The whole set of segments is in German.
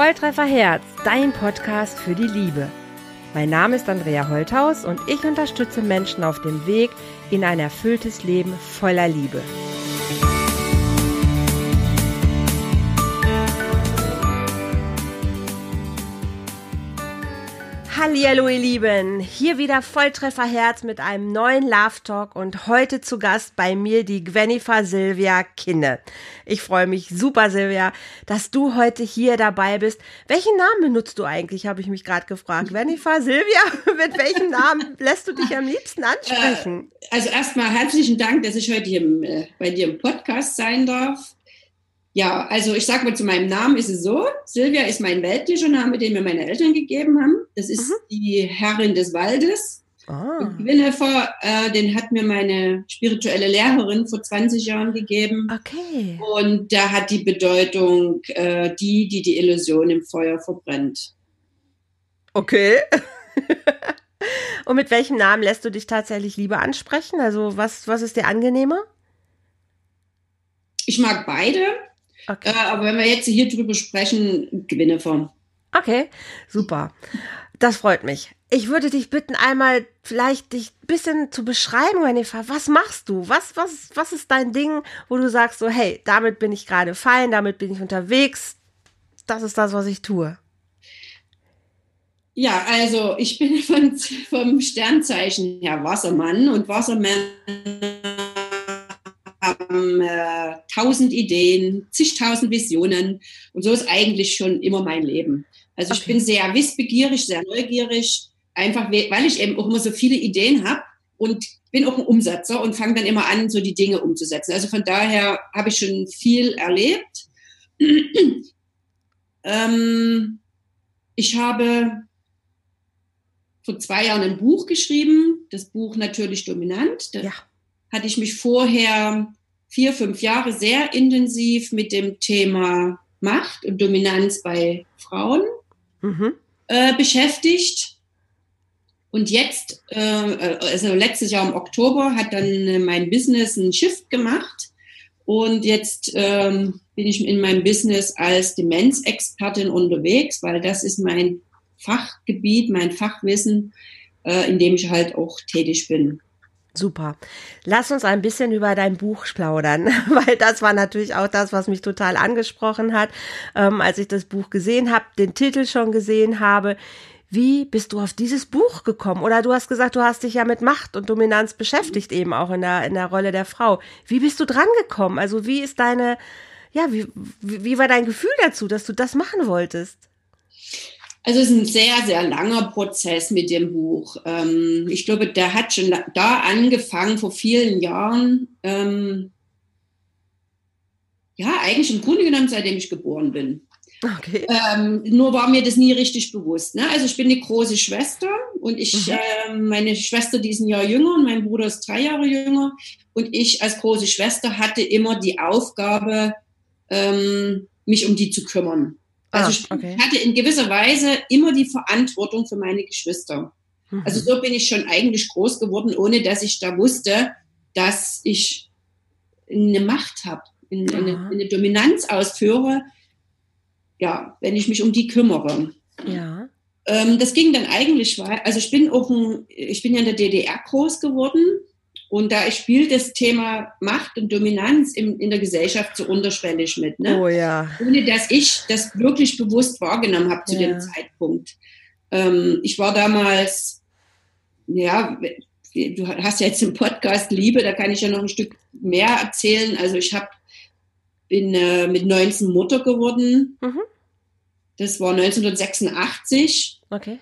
Volltreffer Herz, dein Podcast für die Liebe. Mein Name ist Andrea Holthaus und ich unterstütze Menschen auf dem Weg in ein erfülltes Leben voller Liebe. Hallihallo ihr Lieben, hier wieder Volltreffer Herz mit einem neuen Love Talk und heute zu Gast bei mir die Gwenifer Silvia Kinne. Ich freue mich super, Silvia, dass du heute hier dabei bist. Welchen Namen benutzt du eigentlich, habe ich mich gerade gefragt. Gwenifer, Silvia, mit welchem Namen lässt du dich am liebsten ansprechen? Also erstmal herzlichen Dank, dass ich heute hier bei dir im Podcast sein darf. Ja, also ich sage mal, zu meinem Namen ist es so, Silvia ist mein weltlicher Name, den mir meine Eltern gegeben haben. Das ist die Herrin des Waldes. Und Gwenifer, den hat mir meine spirituelle Lehrerin vor 20 Jahren gegeben. Okay. Und der hat die Bedeutung, die Illusion im Feuer verbrennt. Okay. Und mit welchem Namen lässt du dich tatsächlich lieber ansprechen? Also was ist dir angenehmer? Ich mag beide. Okay. Aber wenn wir jetzt hier drüber sprechen, Gwenifer. Okay, super. Das freut mich. Ich würde dich bitten, einmal vielleicht dich ein bisschen zu beschreiben, Gwenifer. Was machst du? Was ist dein Ding, wo du sagst so, hey, damit bin ich gerade fein, damit bin ich unterwegs. Das ist das, was ich tue. Ja, also ich bin vom Sternzeichen her Wassermann und Wassermänner haben 1000 Ideen, zigtausend Visionen und so ist eigentlich schon immer mein Leben. Also ich bin sehr wissbegierig, sehr neugierig, einfach weil ich eben auch immer so viele Ideen habe und bin auch ein Umsetzer und fange dann immer an, so die Dinge umzusetzen. Also von daher habe ich schon viel erlebt. Ich habe vor 2 Jahren ein Buch geschrieben, das Buch Natürlich Dominant. Ja. Hatte ich mich vorher 4-5 Jahre sehr intensiv mit dem Thema Macht und Dominanz bei Frauen beschäftigt. Und jetzt, also letztes Jahr im Oktober, hat dann mein Business einen Shift gemacht. Und jetzt bin ich in meinem Business als Demenzexpertin unterwegs, weil das ist mein Fachgebiet, mein Fachwissen, in dem ich halt auch tätig bin. Super. Lass uns ein bisschen über dein Buch plaudern, weil das war natürlich auch das, was mich total angesprochen hat, als ich das Buch gesehen habe, den Titel schon gesehen habe. Wie bist du auf dieses Buch gekommen? Oder du hast gesagt, du hast dich ja mit Macht und Dominanz beschäftigt, eben auch in der Rolle der Frau. Wie bist du dran gekommen? Also wie ist wie war dein Gefühl dazu, dass du das machen wolltest? Also es ist ein sehr, sehr langer Prozess mit dem Buch. Ich glaube, der hat schon da angefangen, vor vielen Jahren. Eigentlich im Grunde genommen, seitdem ich geboren bin. Okay. Nur war mir das nie richtig bewusst. Ne? Also ich bin eine große Schwester und meine Schwester, die ist ein Jahr jünger und mein Bruder ist 3 Jahre jünger. Und ich als große Schwester hatte immer die Aufgabe, mich um die zu kümmern. Also ich hatte in gewisser Weise immer die Verantwortung für meine Geschwister. Also so bin ich schon eigentlich groß geworden, ohne dass ich da wusste, dass ich eine Macht habe, eine Dominanz ausführe, ja, wenn ich mich um die kümmere. Ja. Das ging dann eigentlich weiter. Also ich bin ja in der DDR groß geworden. Und da spielt das Thema Macht und Dominanz in der Gesellschaft so unterschwellig mit. Ne? Oh ja. Ohne dass ich das wirklich bewusst wahrgenommen habe zu dem Zeitpunkt. Ich war damals, du hast ja jetzt im Podcast Liebe, da kann ich ja noch ein Stück mehr erzählen. Also ich bin mit 19 Mutter geworden. Das war 1986. Okay.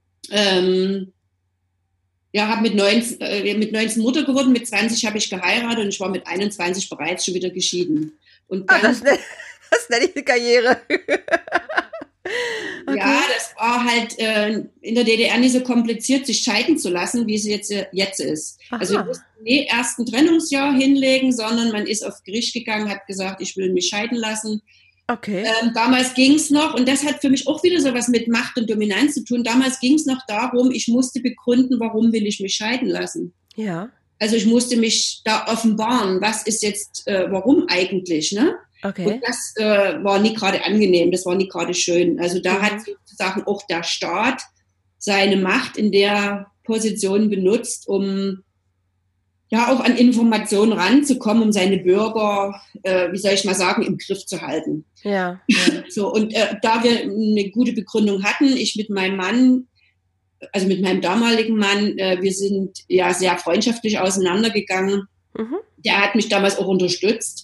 Habe mit 19 Mutter geworden, mit 20 habe ich geheiratet und ich war mit 21 bereits schon wieder geschieden. Und dann, das nenne ich eine Karriere. Okay. Ja, das war halt in der DDR nicht so kompliziert, sich scheiden zu lassen, wie es jetzt ist. Aha. Also wir mussten nie erst ein Trennungsjahr hinlegen, sondern man ist aufs Gericht gegangen, hat gesagt, ich will mich scheiden lassen. Okay. Damals ging es noch, und das hat für mich auch wieder so was mit Macht und Dominanz zu tun, damals ging es noch darum, ich musste begründen, warum will ich mich scheiden lassen. Ja. Also ich musste mich da offenbaren, was ist jetzt, warum eigentlich, ne? Okay. Und das war nie gerade angenehm, das war nie gerade schön. Also da hat Mhm. sozusagen auch der Staat seine Macht in der Position benutzt, um ja auch an Informationen ranzukommen, um seine Bürger, wie soll ich mal sagen, im Griff zu halten. Ja, ja. So, und da wir eine gute Begründung hatten, ich mit meinem Mann, also mit meinem damaligen Mann, wir sind ja sehr freundschaftlich auseinandergegangen. Mhm. Der hat mich damals auch unterstützt.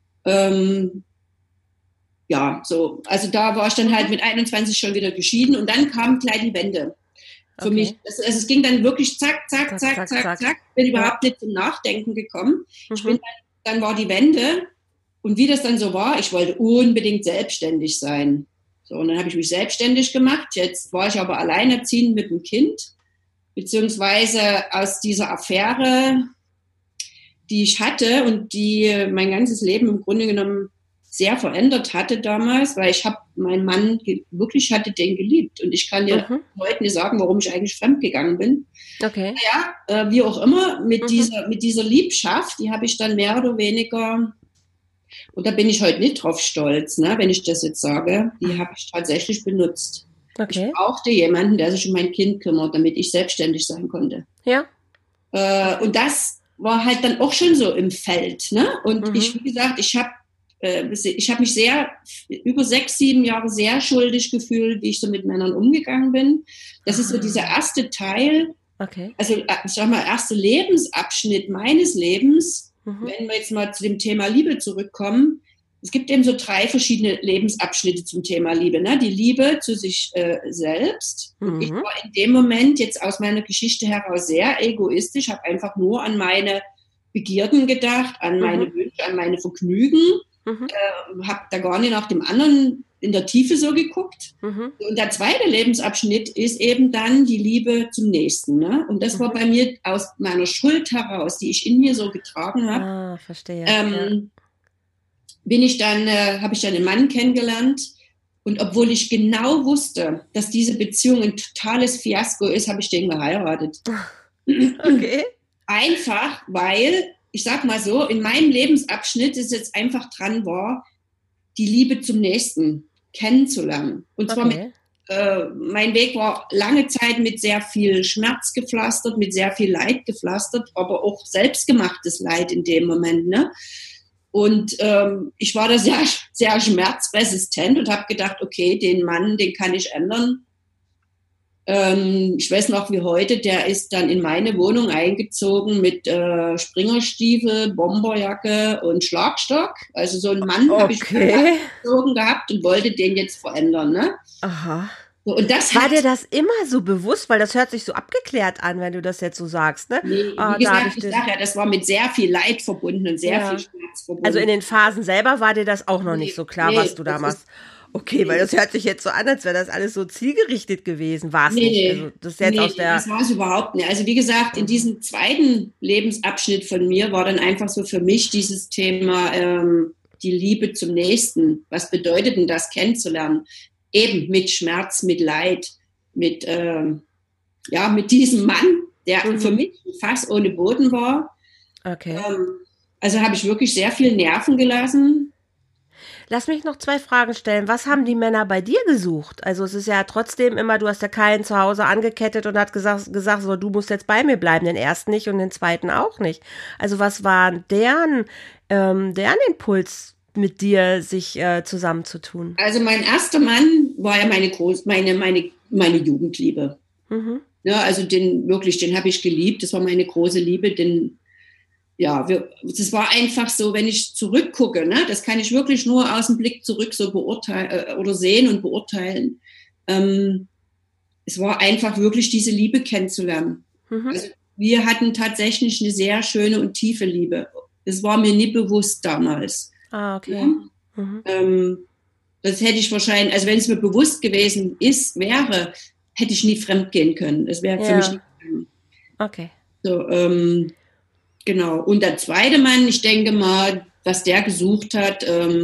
Ja, so, also da war ich dann halt mit 21 schon wieder geschieden und dann kam gleich die Wende. Für mich, Okay. also es ging dann wirklich zack, zack, Zack, zack, zack, zack, zack. zack. Bin Ja. überhaupt nicht zum Nachdenken gekommen. Ich bin Mhm. dann war die Wende und wie das dann so war, ich wollte unbedingt selbstständig sein. So, und dann habe ich mich selbstständig gemacht. Jetzt war ich aber alleinerziehend mit einem Kind, beziehungsweise aus dieser Affäre, die ich hatte und die mein ganzes Leben im Grunde genommen sehr verändert hatte damals, weil ich habe meinen Mann wirklich hatte den geliebt und ich kann dir Mhm. heute nicht sagen, warum ich eigentlich fremdgegangen bin. Okay. Ja, wie auch immer, Mhm. mit dieser Liebschaft, die habe ich dann mehr oder weniger, und da bin ich heute nicht drauf stolz, ne, wenn ich das jetzt sage, die habe ich tatsächlich benutzt. Ich Okay. brauchte jemanden, der sich um mein Kind kümmert, damit ich selbstständig sein konnte. Ja. Und das war halt dann auch schon so im Feld. Ne? Und Mhm. wie gesagt, ich hab mich über 6, 7 Jahre sehr schuldig gefühlt, wie ich so mit Männern umgegangen bin. Das ist so dieser Ah. erste Teil, Okay. also ich sag mal, erste Lebensabschnitt meines Lebens, Mhm. wenn wir jetzt mal zu dem Thema Liebe zurückkommen. Es gibt eben so 3 verschiedene Lebensabschnitte zum Thema Liebe. Ne? Die Liebe zu sich selbst. Und ich Mhm. war in dem Moment jetzt aus meiner Geschichte heraus sehr egoistisch, habe einfach nur an meine Begierden gedacht, an Mhm. meine Wünsche, an meine Vergnügen, Mhm. habe da gar nicht nach dem anderen in der Tiefe so geguckt. Mhm. Und der zweite Lebensabschnitt ist eben dann die Liebe zum Nächsten. Ne? Und das war Mhm. bei mir aus meiner Schuld heraus, die ich in mir so getragen habe. Ah, verstehe. Ja. Ähm, habe ich dann einen Mann kennengelernt. Und obwohl ich genau wusste, dass diese Beziehung ein totales Fiasko ist, habe ich den geheiratet. Okay. Einfach, weil, ich sag mal so, in meinem Lebensabschnitt ist jetzt einfach dran war, die Liebe zum Nächsten kennenzulernen. Und zwar Okay. mein Weg war lange Zeit mit sehr viel Schmerz gepflastert, mit sehr viel Leid gepflastert, aber auch selbstgemachtes Leid in dem Moment. Ne? Und ich war da sehr, sehr schmerzresistent und habe gedacht, okay, den Mann, den kann ich ändern. Ich weiß noch wie heute, der ist dann in meine Wohnung eingezogen mit Springerstiefel, Bomberjacke und Schlagstock. Also so einen Mann habe ich Okay. angezogen gehabt und wollte den jetzt verändern. Ne? Aha. So, und das War hat, dir das immer so bewusst? Weil das hört sich so abgeklärt an, wenn du das jetzt so sagst, ne? nee, wie Ah, da habe gesagt, ich ich den. sage ja, das war mit sehr viel Leid verbunden und sehr viel Ja. Schmerz Also in verbunden. den Phasen selber war dir das auch noch nicht Nee, so klar, was nee, du da das ist, machst. Okay, weil nee. das hört sich jetzt so an, als wäre das alles so zielgerichtet gewesen. War es Nee, nicht. Also das ist jetzt aus nee, der. das war es überhaupt nicht. Also wie gesagt, in Mhm. diesem zweiten Lebensabschnitt von mir war dann einfach so für mich dieses Thema die Liebe zum Nächsten. Was bedeutet denn das kennenzulernen? Eben mit Schmerz, mit Leid, mit, mit diesem Mann, der für Mhm. mich ein Fass ohne Boden war. Okay. Also habe ich wirklich sehr viel Nerven gelassen. Lass mich noch zwei Fragen stellen. Was haben die Männer bei dir gesucht? Also es ist ja trotzdem immer, du hast ja keinen zu Hause angekettet und hat gesagt, so, du musst jetzt bei mir bleiben, den ersten nicht und den zweiten auch nicht. Also was war deren Impuls, mit dir sich zusammenzutun? Also mein erster Mann war ja meine Jugendliebe. Mhm. Ja, also den habe ich geliebt. Das war meine große Liebe. Das war einfach so, wenn ich zurückgucke, ne, das kann ich wirklich nur aus dem Blick zurück so beurteilen oder sehen und beurteilen. Es war einfach wirklich diese Liebe kennenzulernen. Mhm. Also wir hatten tatsächlich eine sehr schöne und tiefe Liebe. Das war mir nie bewusst damals. Ah, Ja? okay. Mhm. Das hätte ich wahrscheinlich, also wenn es mir bewusst gewesen wäre, hätte ich nie fremd gehen können. Das wäre für mich Ja, nicht gegangen. okay. So, genau. Und der zweite Mann, ich denke mal, was der gesucht hat,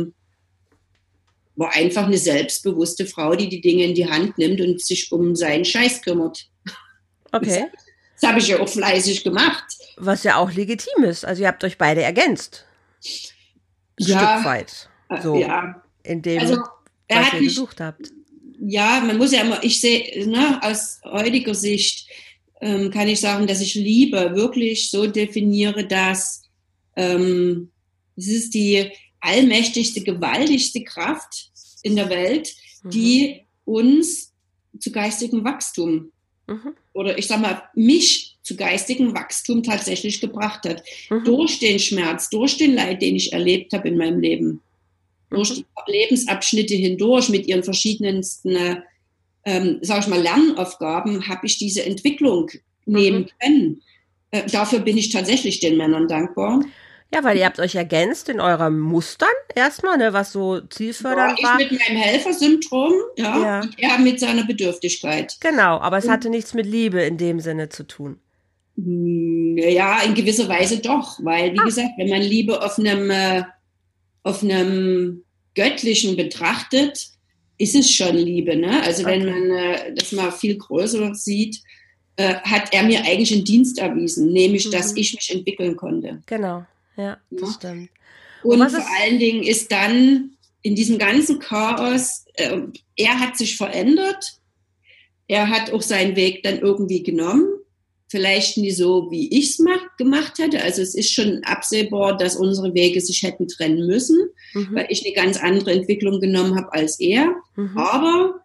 war einfach eine selbstbewusste Frau, die die Dinge in die Hand nimmt und sich um seinen Scheiß kümmert. Das, Okay. das habe ich ja auch fleißig gemacht. Was ja auch legitim ist. Also ihr habt euch beide ergänzt. Ein Stück Ja, weit. So, Ja, in also dem, er was hat ihr mich, gesucht habt. ja, man muss ja immer, ich sehe, ne, aus heutiger Sicht kann ich sagen, dass ich Liebe wirklich so definiere, dass ähm, es ist die allmächtigste, gewaltigste Kraft in der Welt, Mhm. die uns zu geistigem Wachstum Mhm. oder ich sag mal, mich zu geistigem Wachstum tatsächlich gebracht hat. Mhm. Durch den Schmerz, durch den Leid, den ich erlebt habe in meinem Leben, durch Mhm. die Lebensabschnitte hindurch mit ihren verschiedensten, sag ich mal, Lernaufgaben, habe ich diese Entwicklung Mhm. nehmen können. Dafür bin ich tatsächlich den Männern dankbar. Ja, weil ihr habt euch ergänzt in euren Mustern erstmal, ne, was so Ja, zielfördernd ich war. mit meinem Helfersyndrom, ja, Ja, und er mit seiner Bedürftigkeit. genau, aber es hatte Und nichts mit Liebe in dem Sinne zu tun. ja, in gewisser Weise doch, weil, wie gesagt, wenn man Liebe auf einem Göttlichen betrachtet, ist es schon Liebe. Ne? Also wenn Okay. man das mal viel größer sieht, hat er mir eigentlich einen Dienst erwiesen, nämlich, dass Mhm. ich mich entwickeln konnte. Genau. Ja, das Ja? stimmt. Und Und was vor ist? allen Dingen ist dann in diesem ganzen Chaos, er hat sich verändert, er hat auch seinen Weg dann irgendwie genommen. Vielleicht nie so, wie ich es gemacht hätte. Also es ist schon absehbar, dass unsere Wege sich hätten trennen müssen, Mhm. weil ich eine ganz andere Entwicklung genommen habe als er. Mhm. Aber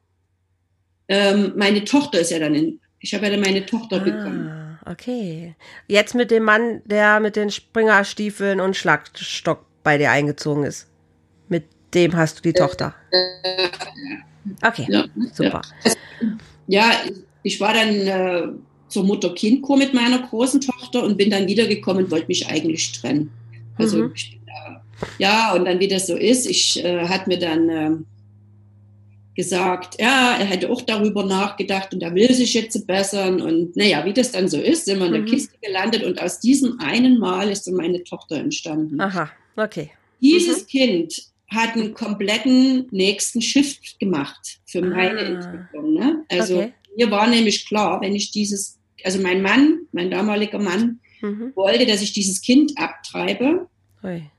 meine Tochter ist ja dann ich habe ja dann meine Tochter bekommen. Ah, okay. Jetzt mit dem Mann, der mit den Springerstiefeln und Schlagstock bei dir eingezogen ist. Mit dem hast du die Tochter. Okay, Ja, ja. super. Ja, ich war dann zur Mutter-Kind-Kur mit meiner großen Tochter und bin dann wiedergekommen und wollte mich eigentlich trennen. Also Mhm. ja, und dann wie das so ist, hat mir dann gesagt, ja, er hätte auch darüber nachgedacht und er will sich jetzt bessern. Und naja, wie das dann so ist, sind wir in der Mhm. Kiste gelandet und aus diesem einen Mal ist dann meine Tochter entstanden. Aha, okay. Mhm. Dieses Kind hat einen kompletten nächsten Shift gemacht für meine Ah, Entwicklung. Ne? Also okay. mir war nämlich klar, wenn ich also mein Mann, mein damaliger Mann, Mhm. wollte, dass ich dieses Kind abtreibe. Ui.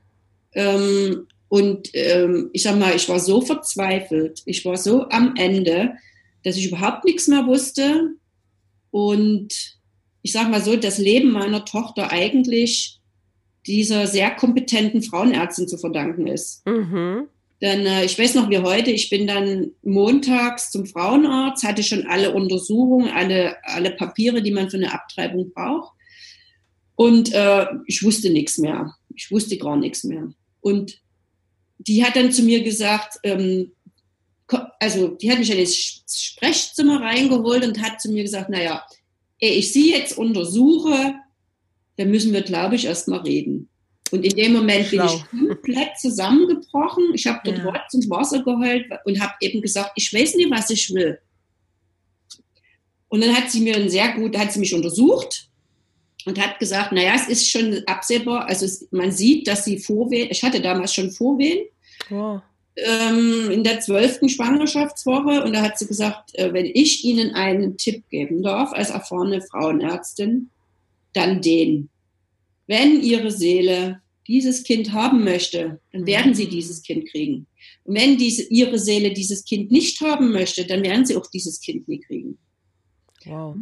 Ich sag mal, ich war so verzweifelt, ich war so am Ende, dass ich überhaupt nichts mehr wusste. Und ich sag mal so, das Leben meiner Tochter eigentlich dieser sehr kompetenten Frauenärztin zu verdanken ist. Mhm. Denn ich weiß noch wie heute, ich bin dann montags zum Frauenarzt, hatte schon alle Untersuchungen, alle Papiere, die man für eine Abtreibung braucht. Und ich wusste nichts mehr. Ich wusste gar nichts mehr. Und die hat dann zu mir gesagt, also die hat mich in das Sprechzimmer reingeholt und hat zu mir gesagt, naja, ehe ich sie jetzt untersuche, dann müssen wir, glaube ich, erst mal reden. Und in dem Moment bin Schlau. ich komplett zusammengebrochen. Ich habe dort Ja. Rotz und Wasser geheult und habe eben gesagt, ich weiß nicht, was ich will. Und dann hat sie mich untersucht und hat gesagt, naja, es ist schon absehbar, also man sieht, dass sie Vorwehen, ich hatte damals schon Vorwehen, Wow. in der 12. Schwangerschaftswoche und da hat sie gesagt, wenn ich Ihnen einen Tipp geben darf als erfahrene Frauenärztin, dann den. Wenn Ihre Seele dieses Kind haben möchte, dann werden Sie dieses Kind kriegen. Und wenn Ihre Seele dieses Kind nicht haben möchte, dann werden Sie auch dieses Kind nie kriegen. Wow.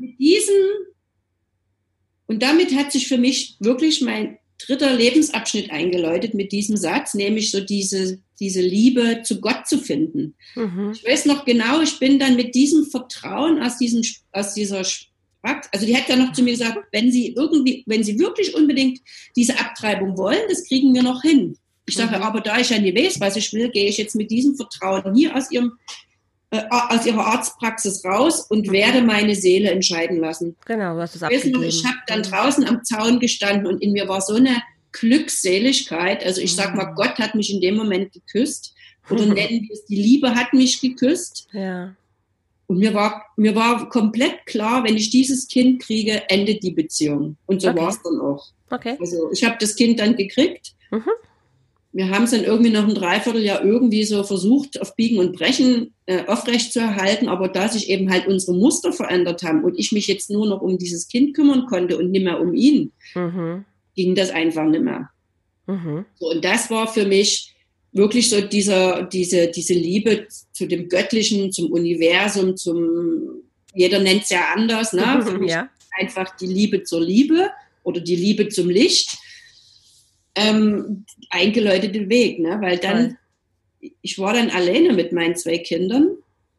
Und damit hat sich für mich wirklich mein dritter Lebensabschnitt eingeläutet mit diesem Satz, nämlich so diese Liebe zu Gott zu finden. Mhm. Ich weiß noch genau, ich bin dann mit diesem Vertrauen aus dieser also die hat dann noch zu mir gesagt, wenn Sie wirklich unbedingt diese Abtreibung wollen, das kriegen wir noch hin. Ich sage, aber da ich ja nicht weiß, was ich will, gehe ich jetzt mit diesem Vertrauen hier aus ihrer Arztpraxis raus und werde meine Seele entscheiden lassen. Genau, du hast es Ich weiß noch, abgegeben. ich habe dann draußen am Zaun gestanden und in mir war so eine Glückseligkeit. Also ich sag mal, Gott hat mich in dem Moment geküsst. Oder nennen wir es, die Liebe hat mich geküsst. Ja. Und mir war komplett klar, wenn ich dieses Kind kriege, endet die Beziehung. Und so war es dann auch. Okay. Also ich habe das Kind dann gekriegt. Mhm. Wir haben es dann irgendwie noch ein Dreivierteljahr irgendwie so versucht, auf Biegen und Brechen aufrecht zu erhalten. Aber da sich eben halt unsere Muster verändert haben und ich mich jetzt nur noch um dieses Kind kümmern konnte und nicht mehr um ihn, ging das einfach nicht mehr. Mhm. So, und das war für mich wirklich so diese Liebe zu dem Göttlichen, zum Universum, jeder nennt es ja anders, ne? Für mich Ja. einfach die Liebe zur Liebe oder die Liebe zum Licht, eingeläutete Weg, ne? Weil dann, ich war dann alleine mit meinen 2 Kindern,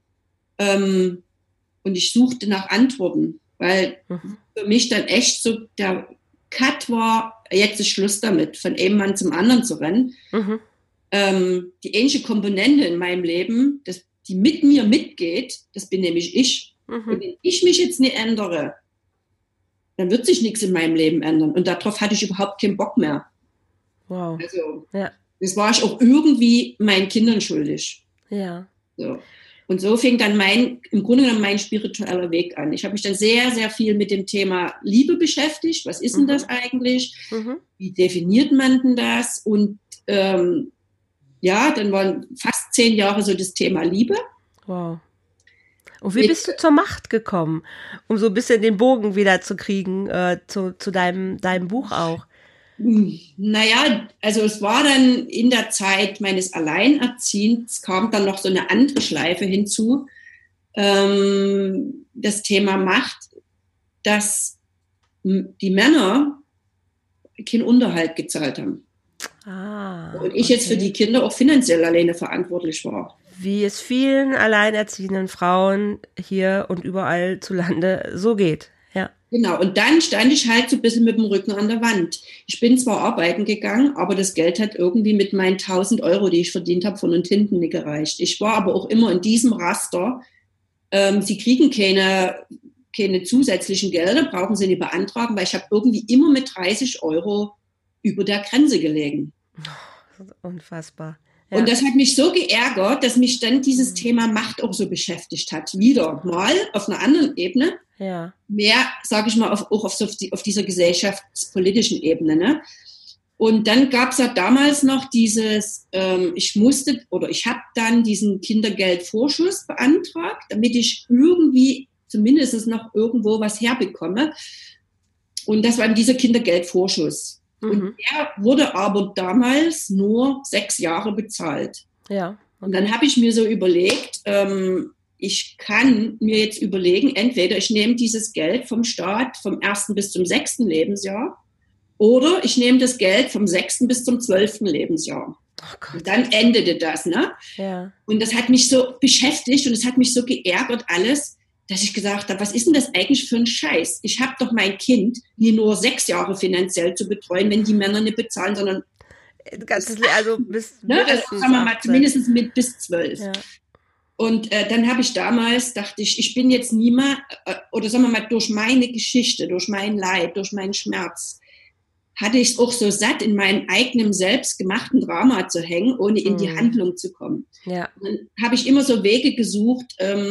und ich suchte nach Antworten, weil für mich dann echt so der Cut war, jetzt ist Schluss damit, von einem Mann zum anderen zu rennen. Die ähnliche Komponente in meinem Leben, die mit mir mitgeht, das bin nämlich ich. Und wenn ich mich jetzt nicht ändere, dann wird sich nichts in meinem Leben ändern. Und darauf hatte ich überhaupt keinen Bock mehr. Wow. Also, ja. Das war ich auch irgendwie meinen Kindern schuldig. Ja. So. Und so fing dann im Grunde genommen mein spiritueller Weg an. Ich habe mich dann sehr, sehr viel mit dem Thema Liebe beschäftigt. Was ist denn das eigentlich? Wie definiert man denn das? Und dann waren fast 10 Jahre so das Thema Liebe. Wow. Und wie bist du zur Macht gekommen, um so ein bisschen den Bogen wieder zu kriegen zu deinem Buch auch? Naja, also es war dann in der Zeit meines Alleinerziehens, kam dann noch so eine andere Schleife hinzu, das Thema Macht, dass die Männer keinen Unterhalt gezahlt haben. Und ich jetzt für die Kinder auch finanziell alleine verantwortlich war. Wie es vielen alleinerziehenden Frauen hier und überall zu Lande so geht. Ja. Genau, und dann stand ich halt so ein bisschen mit dem Rücken an der Wand. Ich bin zwar arbeiten gegangen, aber das Geld hat irgendwie mit meinen 1.000 Euro, die ich verdient habe, von und hinten nicht gereicht. Ich war aber auch immer in diesem Raster. Sie kriegen keine zusätzlichen Gelder, brauchen sie nicht beantragen, weil ich habe irgendwie immer mit 30 Euro über der Grenze gelegen. Unfassbar. Ja. Und das hat mich so geärgert, dass mich dann dieses Thema Macht auch so beschäftigt hat. Wieder mal auf einer anderen Ebene. Ja. Mehr, sage ich mal, auch auf dieser gesellschaftspolitischen Ebene. Ne? Und dann gab es ja damals noch dieses, ich habe dann diesen Kindergeldvorschuss beantragt, damit ich irgendwie zumindest noch irgendwo was herbekomme. Und das war eben dieser Kindergeldvorschuss. Und der wurde aber damals nur 6 Jahre bezahlt. Ja. Okay. Und dann habe ich mir so überlegt, ich kann mir jetzt überlegen, entweder ich nehme dieses Geld vom Staat vom 1. bis zum 6. Lebensjahr oder ich nehme das Geld vom 6. bis zum 12. Lebensjahr. Oh Gott. Und dann endete das, ne? Ja. Und das hat mich so beschäftigt und es hat mich so geärgert alles, dass ich gesagt habe, was ist denn das eigentlich für ein Scheiß? Ich habe doch mein Kind nie nur 6 Jahre finanziell zu betreuen, wenn die Männer nicht bezahlen, sondern also bis ne, also sagen wir mal zumindest mit bis 12. Ja. Und dann dachte ich bin jetzt niemand, oder sagen wir mal, durch meine Geschichte, durch mein Leid, durch meinen Schmerz, hatte ich es auch so satt, in meinem eigenen selbstgemachten Drama zu hängen, ohne in die Handlung zu kommen. Ja. Und dann habe ich immer so Wege gesucht,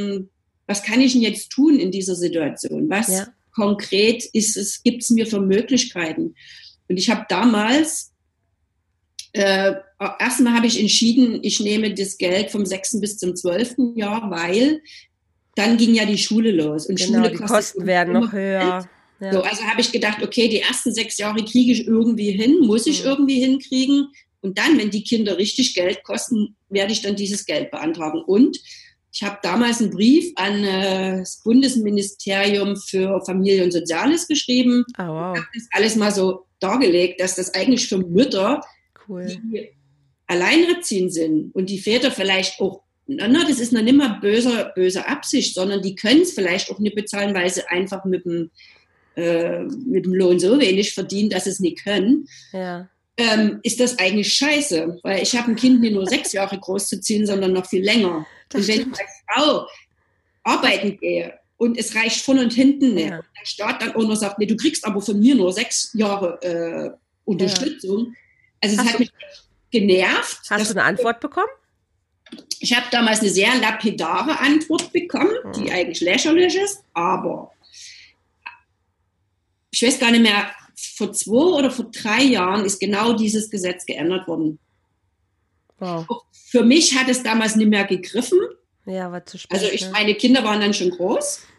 was kann ich denn jetzt tun in dieser Situation? Was konkret gibt es mir für Möglichkeiten? Und ich habe damals, erstmal habe ich entschieden, ich nehme das Geld vom 6. bis zum 12. Jahr, weil dann ging ja die Schule los. Und genau, Schule die Kosten werden noch höher. Ja. So, also habe ich gedacht, okay, die ersten 6 Jahre kriege ich irgendwie hin, muss ich irgendwie hinkriegen. Und dann, wenn die Kinder richtig Geld kosten, werde ich dann dieses Geld beantragen. Und ich habe damals einen Brief an das Bundesministerium für Familie und Soziales geschrieben. Oh, wow. Ich habe das alles mal so dargelegt, dass das eigentlich für Mütter, die alleinerziehend sind und die Väter vielleicht auch, das ist noch nicht mal böse Absicht, sondern die können es vielleicht auch nicht bezahlen, weil sie einfach mit dem Lohn so wenig verdienen, dass sie es nicht können. Ja. Ist das eigentlich scheiße, weil ich habe ein Kind nicht nur 6 Jahre großzuziehen, sondern noch viel länger. Und wenn ich als Frau arbeiten gehe und es reicht von und hinten nicht, und der Staat dann auch noch sagt, nee, du kriegst aber von mir nur 6 Jahre Unterstützung. Also es hat mich genervt. Hast du eine Antwort bekommen? Ich habe damals eine sehr lapidare Antwort bekommen, die eigentlich lächerlich ist, aber ich weiß gar nicht mehr, vor 2 oder vor 3 Jahren ist genau dieses Gesetz geändert worden. Wow. Für mich hat es damals nicht mehr gegriffen. Ja, war zu spät. Also meine Kinder waren dann schon groß.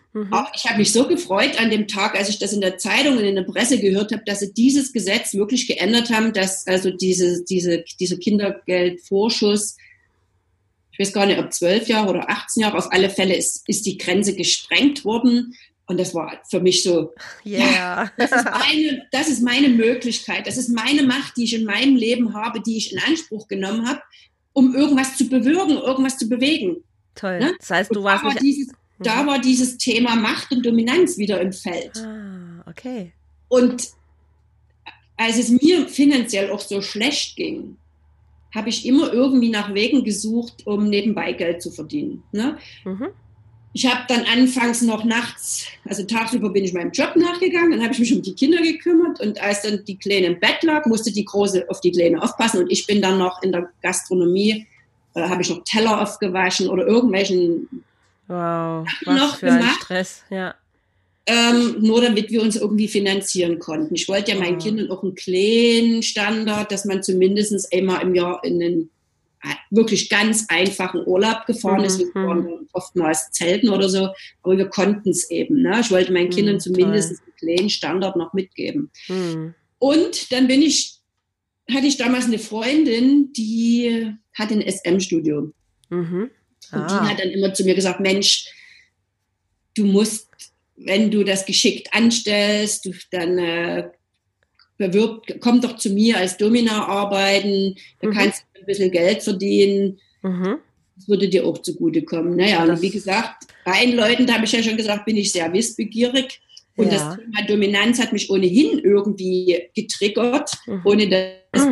Aber ich habe mich so gefreut an dem Tag, als ich das in der Zeitung und in der Presse gehört habe, dass sie dieses Gesetz wirklich geändert haben, dass also dieser Kindergeldvorschuss, ich weiß gar nicht, ob 12 Jahre oder 18 Jahre, auf alle Fälle ist die Grenze gesprengt worden. Und das war für mich so, ja, das ist meine Möglichkeit, das ist meine Macht, die ich in meinem Leben habe, die ich in Anspruch genommen habe, um irgendwas zu bewirken, irgendwas zu bewegen. Toll. Ne? Das heißt, du warst da war dieses Thema Macht und Dominanz wieder im Feld. Ah, okay. Und als es mir finanziell auch so schlecht ging, habe ich immer irgendwie nach Wegen gesucht, um nebenbei Geld zu verdienen. Ne? Ich habe dann anfangs noch nachts, also tagsüber bin ich meinem Job nachgegangen, dann habe ich mich um die Kinder gekümmert und als dann die Kleine im Bett lag, musste die Große auf die Kleine aufpassen und ich bin dann noch in der Gastronomie, habe ich noch Teller aufgewaschen oder irgendwelchen Wow, was noch für gemacht, ein Stress, ja. Nur damit wir uns irgendwie finanzieren konnten. Ich wollte ja meinen Kindern auch einen kleinen Standard, dass man zumindest einmal im Jahr in einen wirklich ganz einfachen Urlaub gefahren ist. Wir waren oftmals Zelten oder so, aber wir konnten es eben. Ne? Ich wollte meinen Kindern zumindest einen kleinen Standard noch mitgeben. Und dann hatte ich damals eine Freundin, die hat ein SM-Studio. Und die hat dann immer zu mir gesagt, Mensch, du musst, wenn du das geschickt anstellst, dann komm doch zu mir als Domina arbeiten, da kannst du ein bisschen Geld verdienen. Das würde dir auch zugutekommen. Naja, und wie gesagt, bei Leuten, da habe ich ja schon gesagt, bin ich sehr wissbegierig. Und das Thema Dominanz hat mich ohnehin irgendwie getriggert, ohne dass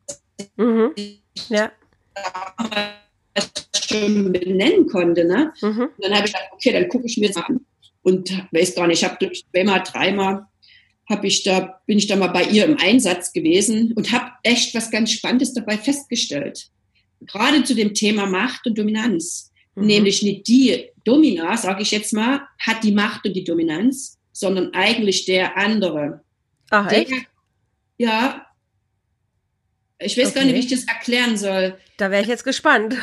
schon benennen konnte. Ne? Und dann habe ich gedacht, okay, dann gucke ich mir das an. Und weiß gar nicht, ich habe zweimal, dreimal bin ich da mal bei ihr im Einsatz gewesen und habe echt was ganz Spannendes dabei festgestellt. Gerade zu dem Thema Macht und Dominanz. Nämlich nicht die Domina, sage ich jetzt mal, hat die Macht und die Dominanz, sondern eigentlich der andere. Ach, echt? Ja. Ich weiß gar nicht, wie ich das erklären soll. Da wäre ich jetzt gespannt.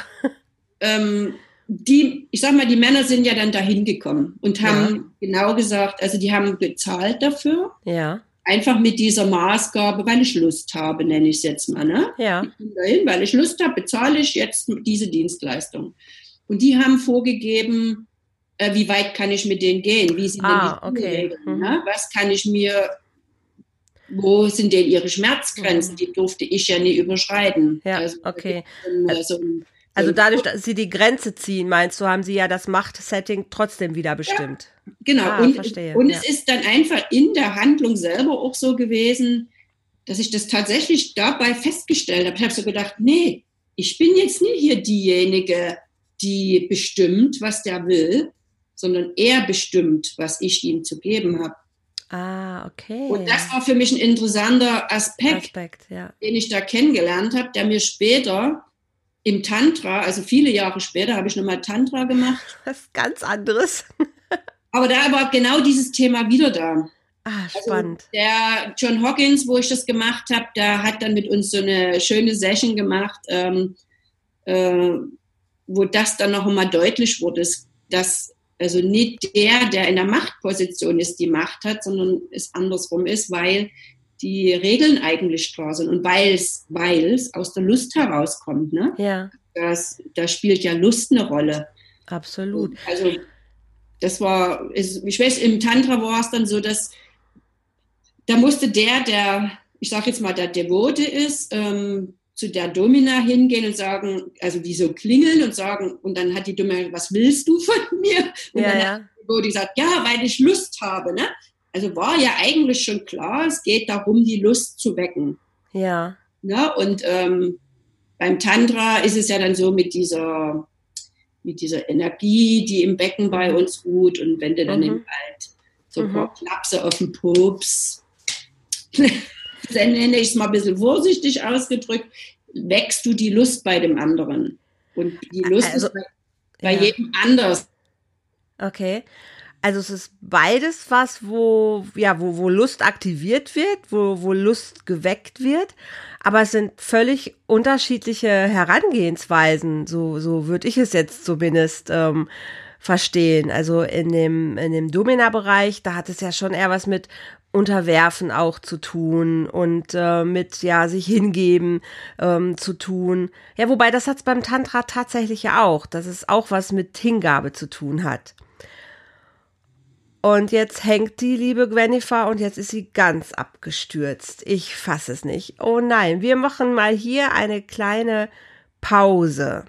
Ich sag mal, die Männer sind ja dann dahin gekommen und haben genau gesagt, also die haben bezahlt dafür. Ja. Einfach mit dieser Maßgabe, weil ich Lust habe, nenne ich es jetzt mal. Ne? Ja. Ich bin dahin, weil ich Lust habe, bezahle ich jetzt diese Dienstleistung. Und die haben vorgegeben, wie weit kann ich mit denen gehen? Wie sind denn die Regeln? Ne? Was kann ich wo sind denn ihre Schmerzgrenzen? Die durfte ich ja nie überschreiten. Ja, also, okay. Also dadurch, dass sie die Grenze ziehen, meinst du, haben sie ja das Machtsetting trotzdem wieder bestimmt. Ja, genau. Verstehe. Und es ist dann einfach in der Handlung selber auch so gewesen, dass ich das tatsächlich dabei festgestellt habe. Ich habe so gedacht, nee, ich bin jetzt nie hier diejenige, die bestimmt, was der will, sondern er bestimmt, was ich ihm zu geben habe. Ah, okay. Und das war für mich ein interessanter Aspekt den ich da kennengelernt habe, der mir später im Tantra, also viele Jahre später, habe ich nochmal Tantra gemacht. Was ganz anderes. Aber da war genau dieses Thema wieder da. Ah, spannend. Also der John Hawkins, wo ich das gemacht habe, der hat dann mit uns so eine schöne Session gemacht, wo das dann noch einmal deutlich wurde, dass also nicht der in der Machtposition ist, die Macht hat, sondern es andersrum ist, weil die Regeln eigentlich klar sind und weil es aus der Lust herauskommt. Ne? Ja. Da spielt ja Lust eine Rolle. Absolut. Also das war, ich weiß, im Tantra war es dann so, dass da musste der, ich sage jetzt mal, der Devote ist, zu der Domina hingehen und sagen, also die so klingeln und sagen, und dann hat die Domina, was willst du von mir? Und dann hat der Devote gesagt, ja, weil ich Lust habe, ne? Also war ja eigentlich schon klar, es geht darum, die Lust zu wecken. Ja. Ja, und beim Tantra ist es ja dann so mit dieser Energie, die im Becken bei uns ruht. Und wenn du dann im Wald so ein paar Klapse auf den Pups, dann nenne ich es mal ein bisschen vorsichtig ausgedrückt, wächst du die Lust bei dem anderen. Und die Lust ist bei jedem anders. Okay. Also es ist beides was, wo Lust aktiviert wird, wo Lust geweckt wird, aber es sind völlig unterschiedliche Herangehensweisen, so würde ich es jetzt zumindest verstehen. Also in dem Domina-Bereich, da hat es ja schon eher was mit Unterwerfen auch zu tun und mit ja sich hingeben zu tun. Ja, wobei das hat's beim Tantra tatsächlich ja auch, dass es auch was mit Hingabe zu tun hat. Und jetzt hängt die liebe Gwenifer und jetzt ist sie ganz abgestürzt. Ich fasse es nicht. Oh nein, wir machen mal hier eine kleine Pause.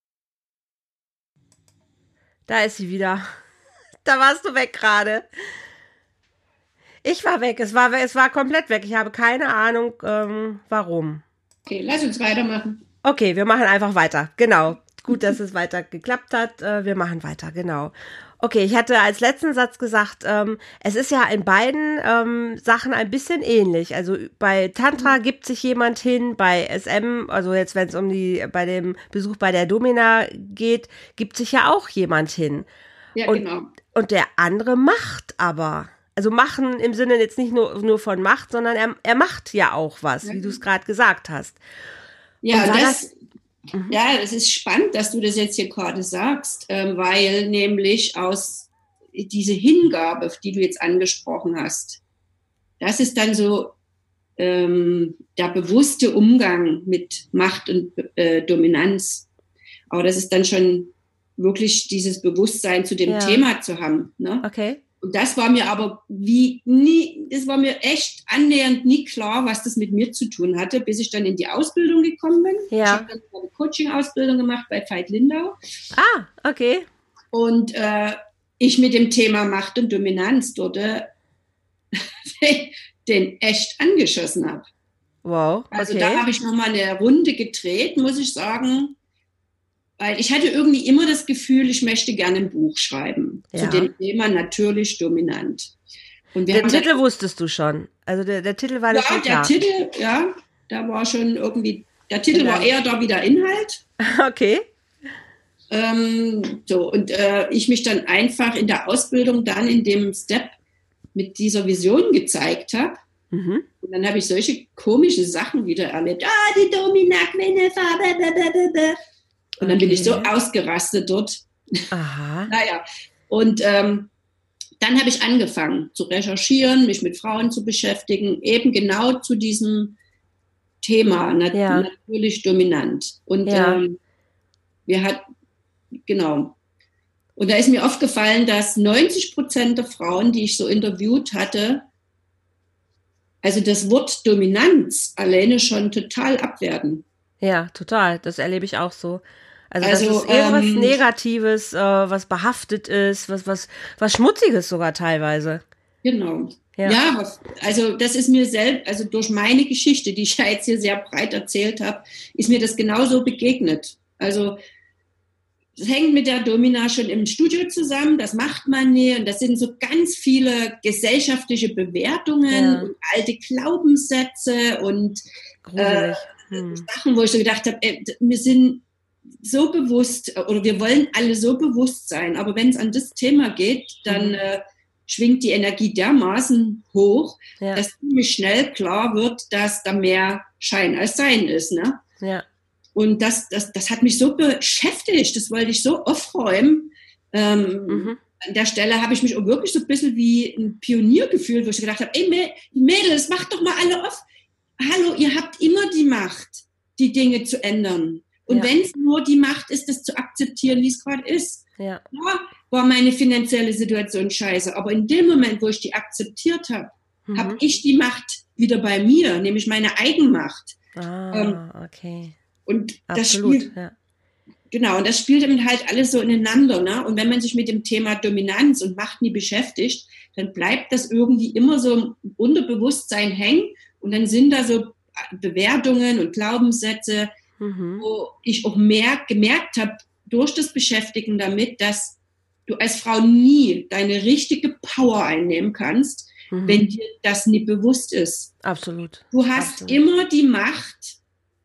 Da ist sie wieder. Da warst du weg gerade. Ich war weg. Es war komplett weg. Ich habe keine Ahnung, warum. Okay, lass uns weitermachen. Okay, wir machen einfach weiter. Genau. Gut, dass es weiter geklappt hat. Wir machen weiter, genau. Okay, ich hatte als letzten Satz gesagt, es ist ja in beiden Sachen ein bisschen ähnlich. Also bei Tantra gibt sich jemand hin, bei SM, also jetzt wenn es bei dem Besuch bei der Domina geht, gibt sich ja auch jemand hin. Ja, genau. Und der andere macht aber. Also machen im Sinne jetzt nicht nur von Macht, sondern er macht ja auch was, wie du es gerade gesagt hast. Ja, ja, es ist spannend, dass du das jetzt hier gerade sagst, weil nämlich aus diese Hingabe, die du jetzt angesprochen hast, das ist dann so der bewusste Umgang mit Macht und Dominanz. Aber das ist dann schon wirklich dieses Bewusstsein zu dem Thema zu haben. Ne? Okay. Und das war mir aber das war mir echt annähernd nie klar, was das mit mir zu tun hatte, bis ich dann in die Ausbildung gekommen bin. Ja. Ich habe dann eine Coaching-Ausbildung gemacht bei Veit Lindau. Ah, okay. Und ich mit dem Thema Macht und Dominanz dort den echt angeschossen habe. Wow, okay. Also da habe ich nochmal eine Runde gedreht, muss ich sagen. Weil ich hatte irgendwie immer das Gefühl, ich möchte gerne ein Buch schreiben zu dem Thema natürlich dominant. Und den Titel wusstest du schon. Also der Titel war nicht schon klar. Der Titel, da war schon irgendwie, der Titel war eher da wieder Inhalt. Okay. Ich mich dann einfach in der Ausbildung dann in dem Step mit dieser Vision gezeigt habe. Mhm. Und dann habe ich solche komische Sachen wieder erlebt. Die Domina, Gwenifer, und dann bin ich so ausgerastet dort. Aha. Naja, und dann habe ich angefangen zu recherchieren, mich mit Frauen zu beschäftigen, eben genau zu diesem Thema, natürlich dominant. Und genau. Und da ist mir aufgefallen, dass 90% der Frauen, die ich so interviewt hatte, also das Wort Dominanz alleine schon total abwerten. Ja, total. Das erlebe ich auch so. Also das ist irgendwas Negatives, was behaftet ist, was Schmutziges sogar teilweise. Genau. Ja, also das ist mir selbst, also durch meine Geschichte, die ich ja jetzt hier sehr breit erzählt habe, ist mir das genauso begegnet. Also es hängt mit der Domina schon im Studio zusammen, das macht man nie und das sind so ganz viele gesellschaftliche Bewertungen und alte Glaubenssätze und Sachen, wo ich so gedacht habe, wir sind so bewusst oder wir wollen alle so bewusst sein, aber wenn es an das Thema geht, dann schwingt die Energie dermaßen hoch, dass ziemlich schnell klar wird, dass da mehr Schein als Sein ist. Ne? Ja. Und das hat mich so beschäftigt, das wollte ich so aufräumen. An der Stelle habe ich mich auch wirklich so ein bisschen wie ein Pionier gefühlt, wo ich gedacht habe, ey Mädels, macht doch mal alle auf. Hallo, ihr habt immer die Macht, die Dinge zu ändern. Und wenn es nur die Macht ist, das zu akzeptieren, wie es gerade ist. Ja, war meine finanzielle Situation scheiße. Aber in dem Moment, wo ich die akzeptiert habe, habe ich die Macht wieder bei mir, nämlich meine Eigenmacht. Okay. Und absolut, und das spielt eben halt alles so ineinander. Ne? Und wenn man sich mit dem Thema Dominanz und Macht nie beschäftigt, dann bleibt das irgendwie immer so im Unterbewusstsein hängen. Und dann sind da so Bewertungen und Glaubenssätze, wo ich auch gemerkt habe, durch das Beschäftigen damit, dass du als Frau nie deine richtige Power einnehmen kannst, wenn dir das nie bewusst ist. Absolut. Du hast immer die Macht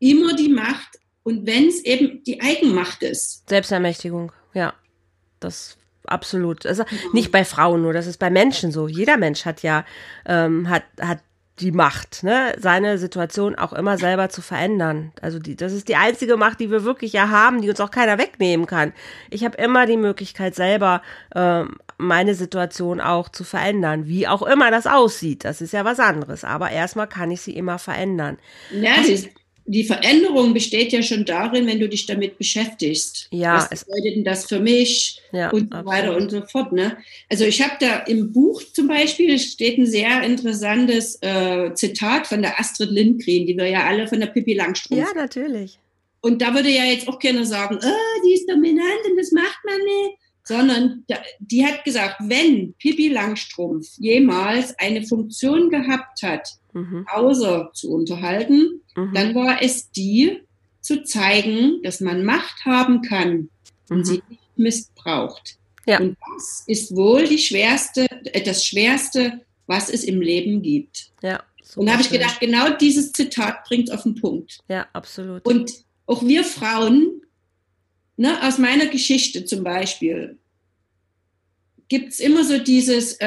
und wenn es eben die Eigenmacht ist. Selbstermächtigung, ja. Das absolut. Also nicht bei Frauen nur, das ist bei Menschen so. Jeder Mensch hat ja hat die Macht, ne, seine Situation auch immer selber zu verändern. Also das ist die einzige Macht, die wir wirklich ja haben, die uns auch keiner wegnehmen kann. Ich habe immer die Möglichkeit selber, meine Situation auch zu verändern, wie auch immer das aussieht. Das ist ja was anderes, aber erstmal kann ich sie immer verändern. Ja, die Veränderung besteht ja schon darin, wenn du dich damit beschäftigst. Ja, was bedeutet denn das für mich? Ja, und so weiter und so fort. Ne? Also ich habe da im Buch zum Beispiel, steht ein sehr interessantes Zitat von der Astrid Lindgren, die wir ja alle von der Pippi Langstrumpf. Ja, natürlich. Und da würde ja jetzt auch keiner sagen, die ist dominant und das macht man nicht. Sondern die hat gesagt, wenn Pippi Langstrumpf jemals eine Funktion gehabt hat, außer zu unterhalten, dann war es die, zu zeigen, dass man Macht haben kann und sie nicht missbraucht. Ja. Und das ist wohl das Schwerste, was es im Leben gibt. Ja, und da habe ich gedacht, genau dieses Zitat bringt auf den Punkt. Ja, absolut. Und auch wir Frauen, ne, aus meiner Geschichte zum Beispiel, gibt es immer so dieses,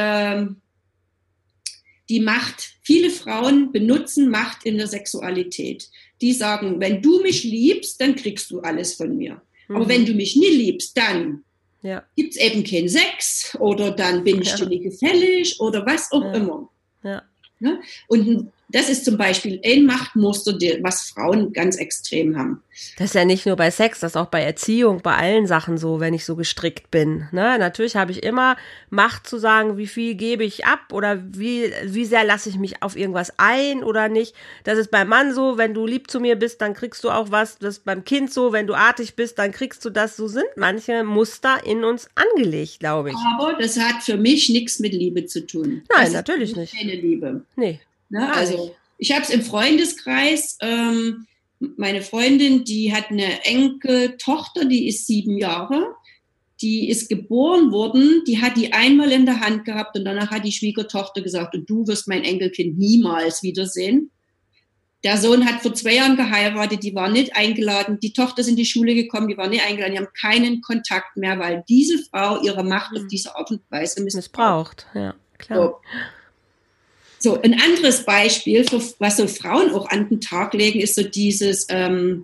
die Macht. Viele Frauen benutzen Macht in der Sexualität. Die sagen, wenn du mich liebst, dann kriegst du alles von mir. Aber wenn du mich nie liebst, dann gibt es eben keinen Sex oder dann bin ich dir nie gefällig oder was auch immer. Ja. Ne? Und das ist zum Beispiel ein Machtmuster, was Frauen ganz extrem haben. Das ist ja nicht nur bei Sex, das ist auch bei Erziehung, bei allen Sachen so, wenn ich so gestrickt bin. Ne? Natürlich habe ich immer Macht zu sagen, wie viel gebe ich ab oder wie sehr lasse ich mich auf irgendwas ein oder nicht. Das ist beim Mann so, wenn du lieb zu mir bist, dann kriegst du auch was. Das ist beim Kind so, wenn du artig bist, dann kriegst du das. So sind manche Muster in uns angelegt, glaube ich. Aber das hat für mich nichts mit Liebe zu tun. Nein, das natürlich ist nicht. Keine Liebe. Nee. Ne? Also ich habe es im Freundeskreis, meine Freundin, die hat eine Enkeltochter, die ist 7 Jahre, die ist geboren worden, die hat die einmal in der Hand gehabt und danach hat die Schwiegertochter gesagt, und du wirst mein Enkelkind niemals wiedersehen. Der Sohn hat vor 2 Jahren geheiratet, die war nicht eingeladen, die Tochter ist in die Schule gekommen, die war nicht eingeladen, die haben keinen Kontakt mehr, weil diese Frau ihre Macht auf diese Art und Weise missbraucht. Ja, klar. So, ein anderes Beispiel, was so Frauen auch an den Tag legen, ist so dieses, also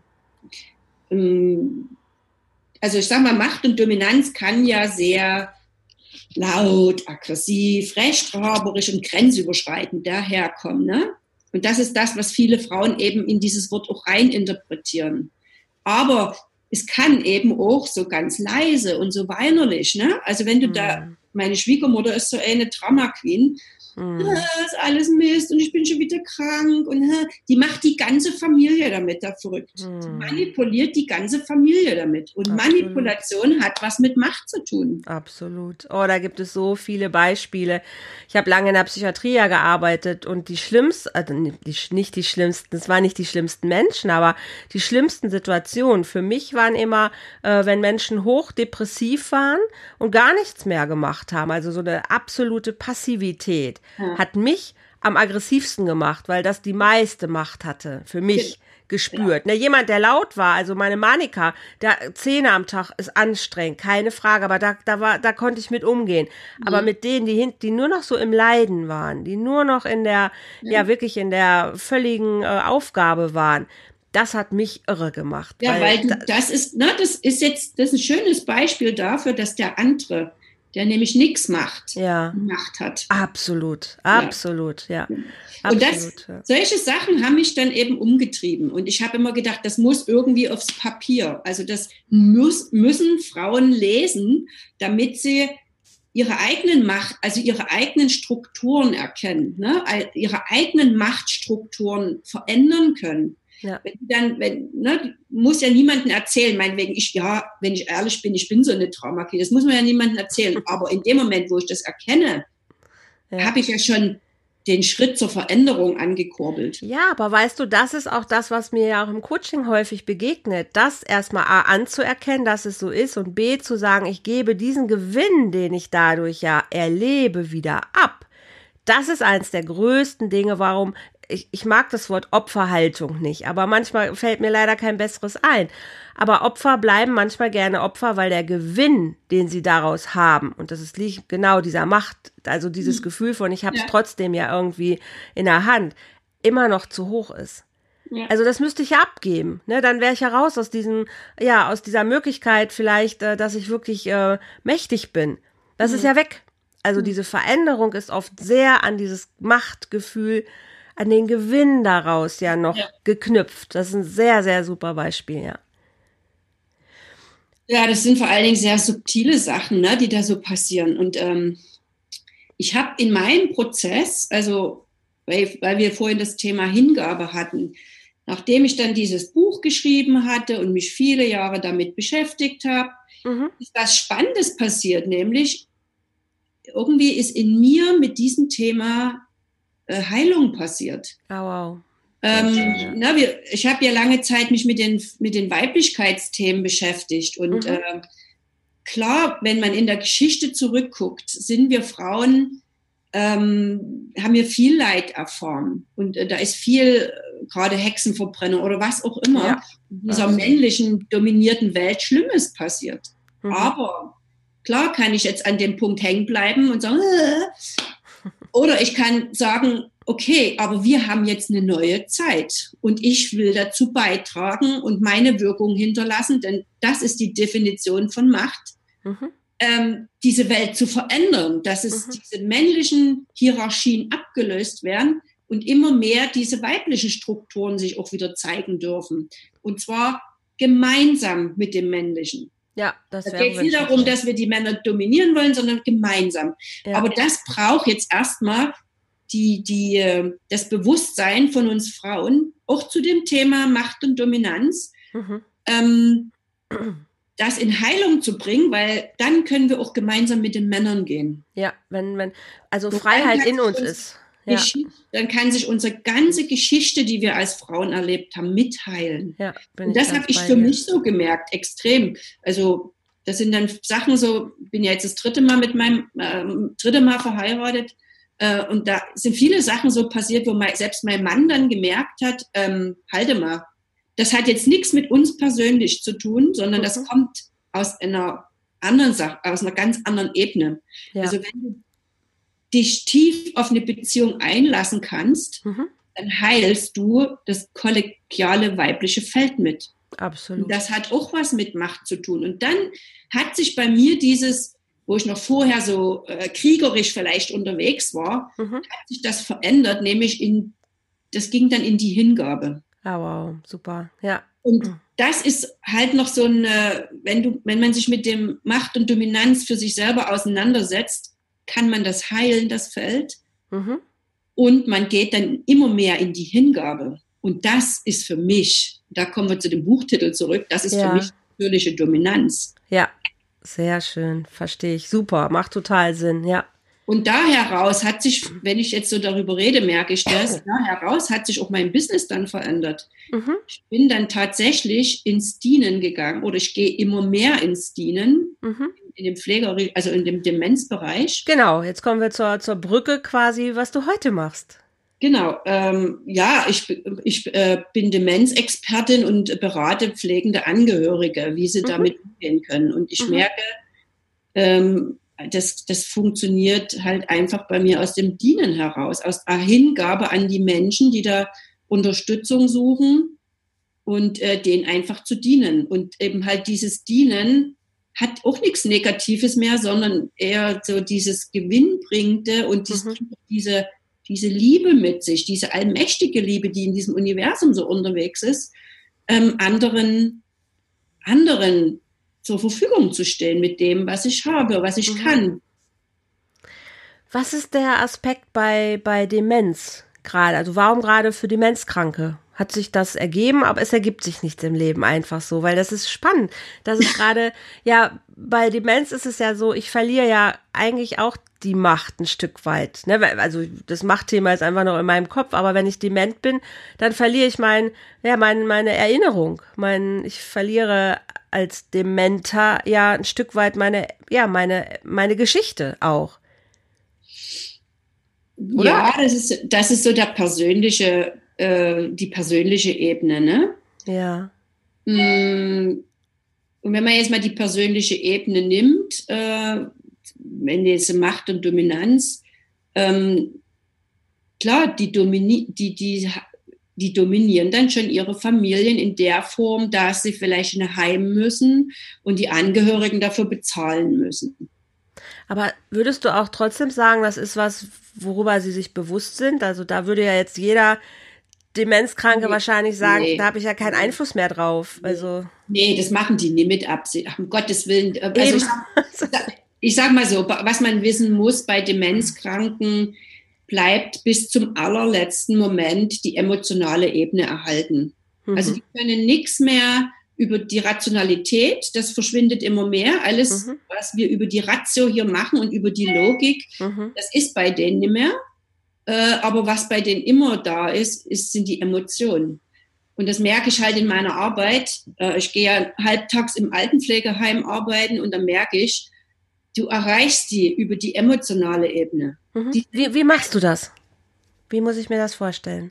ich sag mal, Macht und Dominanz kann ja sehr laut, aggressiv, rechthaberisch und grenzüberschreitend daherkommen, ne? Und das ist das, was viele Frauen eben in dieses Wort auch reininterpretieren. Aber es kann eben auch so ganz leise und so weinerlich, ne? Also wenn du meine Schwiegermutter ist so eine Drama-Queen, ist alles Mist und ich bin schon wieder krank und die macht die ganze Familie damit da verrückt. Die manipuliert die ganze Familie damit und Manipulation hat was mit Macht zu tun. Absolut. Oh, da gibt es so viele Beispiele. Ich habe lange in der Psychiatrie ja gearbeitet und die schlimmsten, also nicht die schlimmsten, das waren nicht die schlimmsten Menschen, aber die schlimmsten Situationen für mich waren immer, wenn Menschen hochdepressiv waren und gar nichts mehr gemacht haben, also so eine absolute Passivität. Hat mich am aggressivsten gemacht, weil das die meiste Macht hatte, für mich gespürt. Ja. Ne, jemand, der laut war, also meine Manika, der 10 am Tag ist anstrengend, keine Frage, aber da konnte ich mit umgehen. Aber mit denen, die nur noch so im Leiden waren, die nur noch in der, wirklich in der völligen Aufgabe waren, das hat mich irre gemacht. Ja, weil das ist ein schönes Beispiel dafür, dass der andere, der nämlich nichts macht, Macht hat. Absolut. Und solche Sachen haben mich dann eben umgetrieben. Und ich habe immer gedacht, das muss irgendwie aufs Papier. Also das müssen Frauen lesen, damit sie ihre eigenen Macht, also ihre eigenen Strukturen erkennen, ne? Ihre eigenen Machtstrukturen verändern können. Ja. Muss ja niemandem erzählen, meinetwegen, wenn ich ehrlich bin, ich bin so eine Traumakie, das muss man ja niemandem erzählen, aber in dem Moment, wo ich das erkenne, habe ich ja schon den Schritt zur Veränderung angekurbelt. Ja, aber weißt du, das ist auch das, was mir ja auch im Coaching häufig begegnet, das erstmal A anzuerkennen, dass es so ist und B zu sagen, ich gebe diesen Gewinn, den ich dadurch ja erlebe, wieder ab. Das ist eins der größten Dinge, warum ich mag das Wort Opferhaltung nicht, aber manchmal fällt mir leider kein besseres ein. Aber Opfer bleiben manchmal gerne Opfer, weil der Gewinn, den sie daraus haben, und das ist genau dieser Macht, also dieses Gefühl von, ich habe es trotzdem ja irgendwie in der Hand, immer noch zu hoch ist. Ja. Also das müsste ich ja abgeben, ne? Dann wäre ich ja raus aus aus dieser Möglichkeit vielleicht, dass ich wirklich mächtig bin. Das ist ja weg. Also diese Veränderung ist oft sehr an dieses Machtgefühl, an den Gewinn daraus ja noch geknüpft. Das ist ein sehr, sehr super Beispiel, ja. Ja, das sind vor allen Dingen sehr subtile Sachen, ne, die da so passieren. Und ich habe in meinem Prozess, also weil wir vorhin das Thema Hingabe hatten, nachdem ich dann dieses Buch geschrieben hatte und mich viele Jahre damit beschäftigt habe, ist was Spannendes passiert, nämlich irgendwie ist in mir mit diesem Thema Heilung passiert. Oh, wow. Ich habe ja lange Zeit mich mit den Weiblichkeitsthemen beschäftigt und klar, wenn man in der Geschichte zurückguckt, sind wir Frauen, haben wir viel Leid erfahren und da ist viel, gerade Hexenverbrennung oder was auch immer, in dieser männlichen dominierten Welt Schlimmes passiert. Aber klar kann ich jetzt an dem Punkt hängen bleiben und sagen, oder ich kann sagen, okay, aber wir haben jetzt eine neue Zeit und ich will dazu beitragen und meine Wirkung hinterlassen, denn das ist die Definition von Macht, diese Welt zu verändern, dass es diese männlichen Hierarchien abgelöst werden und immer mehr diese weiblichen Strukturen sich auch wieder zeigen dürfen. Und zwar gemeinsam mit dem Männlichen. Ja, das geht es nicht darum, dass wir die Männer dominieren wollen, sondern gemeinsam. Ja. Aber das braucht jetzt erstmal das Bewusstsein von uns Frauen, auch zu dem Thema Macht und Dominanz, das in Heilung zu bringen, weil dann können wir auch gemeinsam mit den Männern gehen. Ja, also Freiheit in uns ist. Ja. Dann kann sich unsere ganze Geschichte, die wir als Frauen erlebt haben, mitteilen. Ja, und das habe ich für mich so gemerkt, extrem. Also das sind dann Sachen so, bin ja jetzt das dritte Mal verheiratet und da sind viele Sachen so passiert, wo selbst mein Mann dann gemerkt hat, halte mal, das hat jetzt nichts mit uns persönlich zu tun, sondern das kommt aus einer anderen Sache, aus einer ganz anderen Ebene. Ja. Also wenn du dich tief auf eine Beziehung einlassen kannst, dann heilst du das kollegiale weibliche Feld mit. Absolut. Und das hat auch was mit Macht zu tun. Und dann hat sich bei mir wo ich noch vorher so kriegerisch vielleicht unterwegs war, hat sich das verändert, nämlich das ging dann in die Hingabe. Ah, wow, super, ja. Und das ist halt noch so wenn man sich mit dem Macht und Dominanz für sich selber auseinandersetzt, kann man das heilen, das Feld. Und man geht dann immer mehr in die Hingabe. Und das ist für mich, da kommen wir zu dem Buchtitel zurück, das ist für mich natürliche Dominanz. Ja, sehr schön, verstehe ich. Super, macht total Sinn, ja. Und da heraus hat sich, wenn ich jetzt so darüber rede, merke ich das, da heraus hat sich auch mein Business dann verändert. Ich bin dann tatsächlich ins Dienen gegangen oder ich gehe immer mehr ins Dienen, in dem also in dem Demenzbereich. Genau, jetzt kommen wir zur Brücke quasi, was du heute machst. Genau, ich bin Demenzexpertin und berate pflegende Angehörige, wie sie damit umgehen können. Und ich merke, das funktioniert halt einfach bei mir aus dem Dienen heraus, aus der Hingabe an die Menschen, die da Unterstützung suchen und denen einfach zu dienen. Und eben halt dieses Dienen hat auch nichts Negatives mehr, sondern eher so dieses Gewinnbringende und diese Liebe mit sich, diese allmächtige Liebe, die in diesem Universum so unterwegs ist, anderen zur Verfügung zu stellen mit dem, was ich habe, was ich kann. Was ist der Aspekt bei Demenz gerade? Also warum gerade für Demenzkranke? Hat sich das ergeben, aber es ergibt sich nichts im Leben einfach so, weil das ist spannend. Das ist gerade, bei Demenz ist es ja so, ich verliere ja eigentlich auch die Macht ein Stück weit. Ne? Also das Machtthema ist einfach noch in meinem Kopf, aber wenn ich dement bin, dann verliere ich meine Erinnerung. Ich verliere als Dementer ein Stück weit meine Geschichte auch. oder? Ja, das ist so die persönliche Ebene, ne? Ja. Mm, Und wenn man jetzt mal die persönliche Ebene nimmt, wenn jetzt Macht und Dominanz, klar, die dominieren dann schon ihre Familien in der Form, dass sie vielleicht in ein Heim müssen und die Angehörigen dafür bezahlen müssen. Aber würdest du auch trotzdem sagen, das ist was, worüber sie sich bewusst sind? Also da würde ja jetzt jeder Demenzkranke wahrscheinlich sagen, da Nee, habe ich ja keinen Einfluss mehr drauf. Also nee, das machen die nie mit Absicht. Ach, um Gottes Willen. Also eben. ich sag mal so, was man wissen muss bei Demenzkranken, bleibt bis zum allerletzten Moment die emotionale Ebene erhalten. Also Mhm. die können nichts mehr über die Rationalität, das verschwindet immer mehr. Alles, Mhm. was wir über die Ratio hier machen und über die Logik, Mhm. das ist bei denen nicht mehr. Aber was bei denen immer da sind die Emotionen. Und das merke ich halt in meiner Arbeit. Ich gehe ja halbtags im Altenpflegeheim arbeiten und dann merke ich, du erreichst die über die emotionale Ebene. Mhm. Die, Wie machst du das? Wie muss ich mir das vorstellen?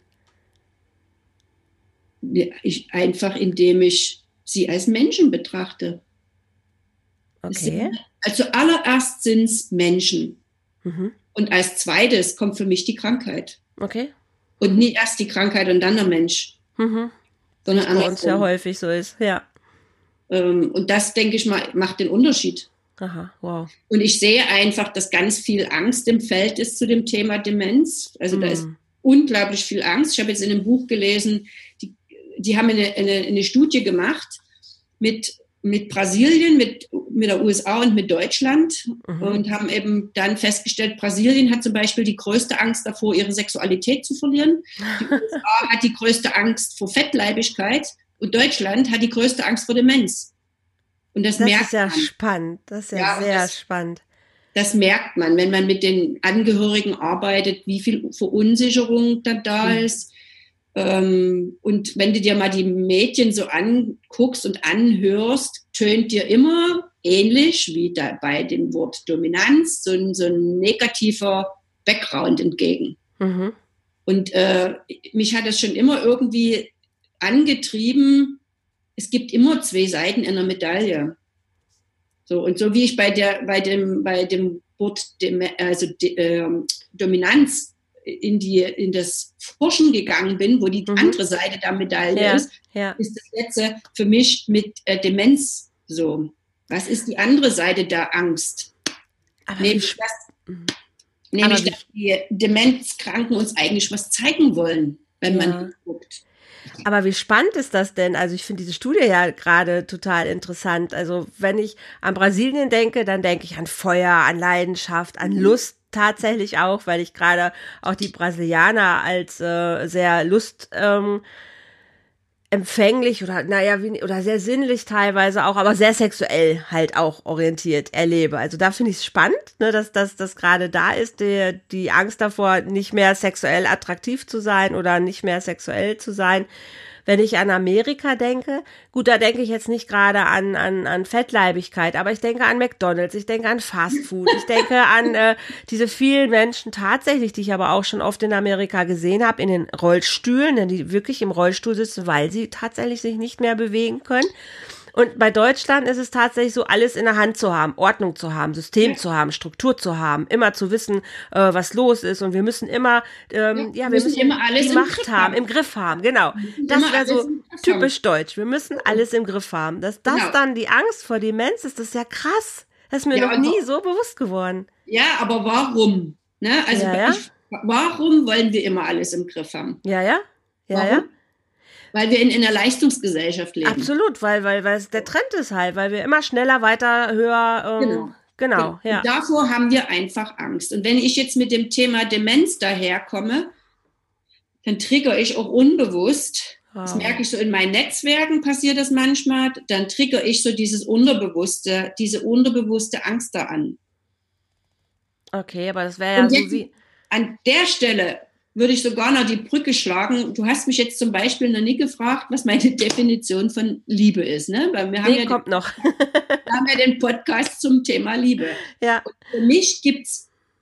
einfach indem ich sie als Menschen betrachte. Okay. Also allererst sind es Menschen. Mhm. Und als zweites kommt für mich die Krankheit. Okay. Und nicht erst die Krankheit und dann der Mensch, Mhm. Wie sondern es bei uns ja andersrum. häufig so ist. Ja. Und das, denke ich mal, macht den Unterschied. Aha, wow. Und ich sehe einfach, dass ganz viel Angst im Feld ist zu dem Thema Demenz. Also da ist unglaublich viel Angst. Ich habe jetzt in einem Buch gelesen, die haben eine Studie gemacht mit Brasilien, mit der USA und mit Deutschland und haben eben dann festgestellt, Brasilien hat zum Beispiel die größte Angst davor, ihre Sexualität zu verlieren. Die USA hat die größte Angst vor Fettleibigkeit und Deutschland hat die größte Angst vor Demenz. Und das Das merkt ist ja man. spannend. Das ist ja Ja, sehr spannend. das merkt man, wenn man mit den Angehörigen arbeitet, wie viel Verunsicherung da ist. Und wenn du dir mal die Medien so anguckst und anhörst, tönt dir immer ähnlich wie bei dem Wort Dominanz so ein negativer Background entgegen. Mhm. Und mich hat das schon immer irgendwie angetrieben, es gibt immer zwei Seiten einer Medaille. So, und so wie ich bei dem Wort Dominanz in das Forschen gegangen bin, wo die andere Seite der Medaille ist das letzte für mich mit Demenz so. Was ist die andere Seite der Angst? Aber Nämlich, dass die Demenzkranken uns eigentlich was zeigen wollen, wenn man guckt. Aber wie spannend ist das denn? Also ich finde diese Studie ja gerade total interessant. Also wenn ich an Brasilien denke, dann denke ich an Feuer, an Leidenschaft, an Lust tatsächlich auch, weil ich gerade auch die Brasilianer als sehr empfänglich oder oder sehr sinnlich teilweise auch, aber sehr sexuell halt auch orientiert erlebe. Also da finde ich es spannend, ne, dass das gerade da ist, die Angst davor, nicht mehr sexuell attraktiv zu sein oder nicht mehr sexuell zu sein. Wenn ich an Amerika denke, gut, da denke ich jetzt nicht gerade an Fettleibigkeit, aber ich denke an McDonald's, ich denke an Fast Food, ich denke an diese vielen Menschen tatsächlich, die ich aber auch schon oft in Amerika gesehen habe, in den Rollstühlen, denn die wirklich im Rollstuhl sitzen, weil sie tatsächlich sich nicht mehr bewegen können. Und bei Deutschland ist es tatsächlich so, alles in der Hand zu haben, Ordnung zu haben, System zu haben, Struktur zu haben, immer zu wissen, was los ist. Und wir müssen immer, wir müssen immer alles die Macht haben, im Griff haben, genau. Das wäre so typisch deutsch. Wir müssen alles im Griff haben. Dass das dann die Angst vor Demenz ist, das ist ja krass. Das ist mir noch nie so bewusst geworden. Ja, aber warum? Ne? Also warum wollen wir immer alles im Griff haben? Ja. Weil wir in einer Leistungsgesellschaft leben. Absolut, weil es der Trend ist halt, weil wir immer schneller, weiter, höher, genau. Ja. Und davor haben wir einfach Angst. Und wenn ich jetzt mit dem Thema Demenz daherkomme, dann triggere ich auch unbewusst, das merke ich so in meinen Netzwerken, passiert das manchmal, dann triggere ich so diese unterbewusste Angst da an. Okay, aber das wäre ja so wie... An der Stelle würde ich sogar noch die Brücke schlagen. Du hast mich jetzt zum Beispiel noch nie gefragt, was meine Definition von Liebe ist. Ne? Weil wir haben kommt noch. Wir haben ja den Podcast zum Thema Liebe. Ja. Und für mich gibt es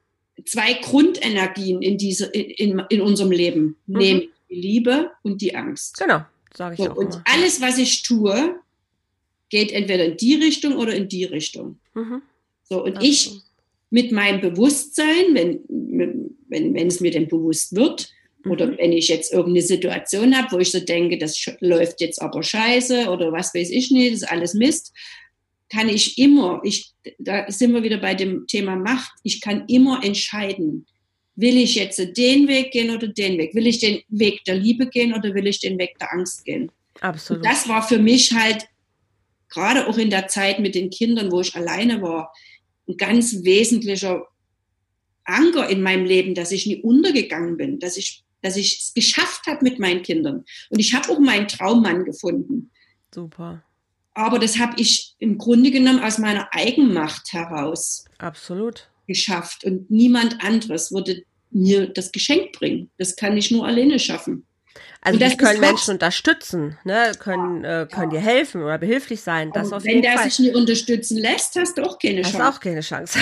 2 Grundenergien in unserem Leben, nämlich die Liebe und die Angst. Genau, sage ich so, auch und immer. alles, was ich tue, geht entweder in die Richtung oder in die Richtung. So, und ich mit meinem Bewusstsein, wenn es mir denn bewusst wird, oder wenn ich jetzt irgendeine Situation habe, wo ich so denke, das läuft jetzt aber scheiße oder was weiß ich nicht, das ist alles Mist, kann ich immer, da sind wir wieder bei dem Thema Macht, ich kann immer entscheiden, will ich jetzt den Weg gehen oder den Weg? Will ich den Weg der Liebe gehen oder will ich den Weg der Angst gehen? Absolut. Und das war für mich halt, gerade auch in der Zeit mit den Kindern, wo ich alleine war, ein ganz wesentlicher Anker in meinem Leben, dass ich nie untergegangen bin, dass ich es geschafft habe mit meinen Kindern. Und ich habe auch meinen Traummann gefunden. Super. Aber das habe ich im Grunde genommen aus meiner Eigenmacht heraus Absolut geschafft. Und niemand anderes würde mir das Geschenk bringen. Das kann ich nur alleine schaffen. Also das können Menschen unterstützen, ne? Können dir helfen oder behilflich sein. Das auf jeden Fall. Wenn der sich nie unterstützen lässt, hast du auch keine Chance. Hast auch keine Chance.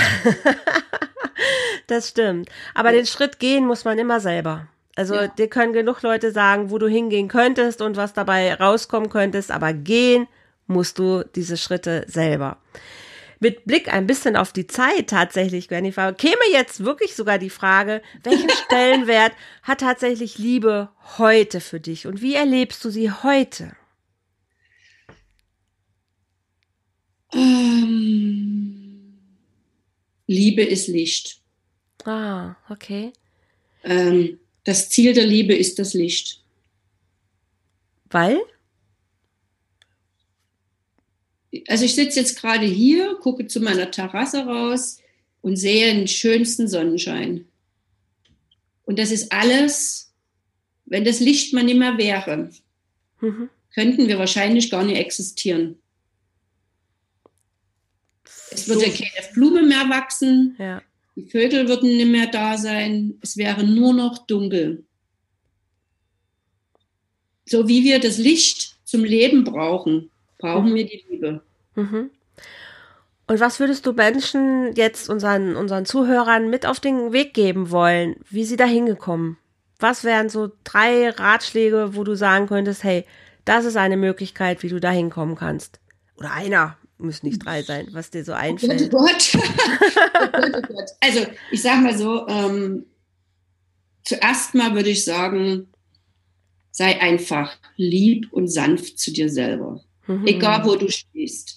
Das stimmt. Aber den Schritt gehen muss man immer selber. Also dir können genug Leute sagen, wo du hingehen könntest und was dabei rauskommen könntest, aber gehen musst du diese Schritte selber. Mit Blick ein bisschen auf die Zeit tatsächlich, Jennifer, käme jetzt wirklich sogar die Frage, welchen Stellenwert hat tatsächlich Liebe heute für dich und wie erlebst du sie heute? Liebe ist Licht. Ah, okay. Das Ziel der Liebe ist das Licht. Weil? Also ich sitze jetzt gerade hier, gucke zu meiner Terrasse raus und sehe den schönsten Sonnenschein. Und das ist alles, wenn das Licht mal nicht mehr wäre, könnten wir wahrscheinlich gar nicht existieren. Es würde keine Blume mehr wachsen, die Vögel würden nicht mehr da sein, es wäre nur noch dunkel. So wie wir das Licht zum Leben brauchen wir die Liebe. Und was würdest du Menschen jetzt, unseren Zuhörern mit auf den Weg geben wollen, wie sie da hingekommen? Was wären so 3 Ratschläge, wo du sagen könntest, hey, das ist eine Möglichkeit, wie du da hinkommen kannst? Oder einer, müssen nicht 3 sein, was dir so einfällt. Oh Gott. Oh Gott. Also ich sag mal so, zuerst mal würde ich sagen, sei einfach lieb und sanft zu dir selber. Egal, wo du stehst.